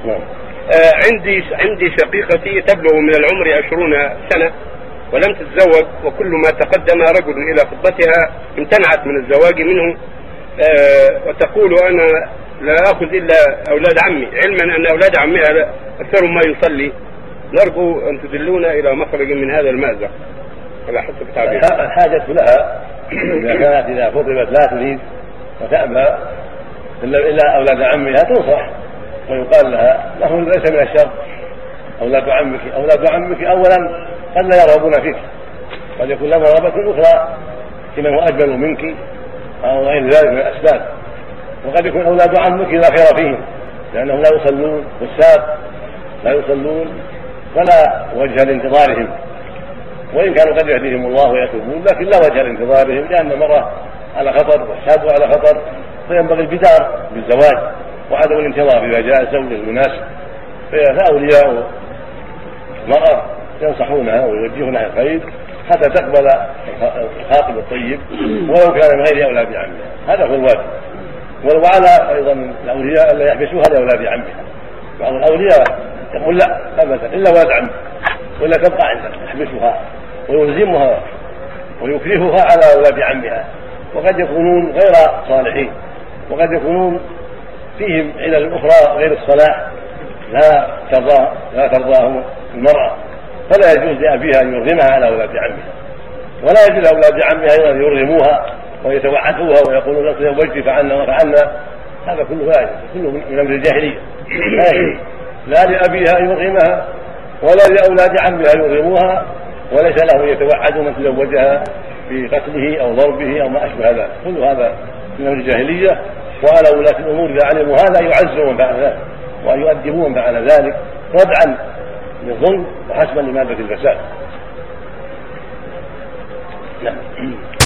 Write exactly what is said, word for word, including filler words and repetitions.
نعم. آه عندي عندي شقيقتي تبلغ من العمر عشرون سنة ولم تتزوج، وكل ما تقدم رجل إلى خطبتها امتنعت من الزواج منه، آه وتقول أنا لا أخذ إلا أولاد عمي، علما أن أولاد عمها أكثر ما يصلي. نرجو أن تدلونا إلى مخرج من هذا المأزق على حسب تعبير. الحاجة لها إذا كانت إذا خطبت لا تريد وتأبى إلا أولاد عمها تنصح ويقال لها له ليس من الشر أولاد عمك. أولاد عمك أولا قد لا يرغبون فيك، قد يكون لهم رغبة أخرى كمن هو أجمل منك أو غير ذلك من الأسباب، وقد يكون أولاد عمك لا خير فيهم لأنهم لا يصلون والساب لا يصلون فلا وجه لانتظارهم، وإن كانوا قد يهديهم الله ويتوبون لكن لا وجه لانتظارهم لأن المرأة على خطر والشاب على خطر، فينبغي البدار بالزواج وعدم الانتظار إذا جاء الزوج المناسب. فأولياء المرأة ينصحونها ويوجهونها الخير حتى تقبل الخاطب الطيب ولو كان من غير أولاد عمها، هذا هو الواجب. وعلى أيضا الأولياء ألا يحبسوها لأولاد عمها، بعض الأولياء يقول لا أبدا إلا ولد عمها ولا تبقى عندك، يحبسها ويلزمها ويكرهها على أولاد عمها، وقد يكونون غير صالحين وقد يكونون فيهم علل أخرى غير الصلاح لا ترضى لا ترضاهم المرأة، فلا يجوز لأبيها أن يرغمها على أولاد عمها، ولا يجوز لأولاد عمها أيضا أن يرغموها ويتوعدوها ويقولوا لو تزوجت فعلنا وفعلنا، هذا كله لا يجوز، كله من أمر الجاهلية. لا لأبيها أن يرغمها ولا لأولاد عمها يرغموها، وليس له يتوعد من تزوجها بقتله أو ضربه أو ما أشبه ذلك، كل هذا من أمر الجاهلية. وعلى ولاة الأمور إذا علموا هذا يعزوا من فعل ذلك ويؤدبون من فعل ذلك ردعا للظلم وحسبا لمادة الفساد. نعم.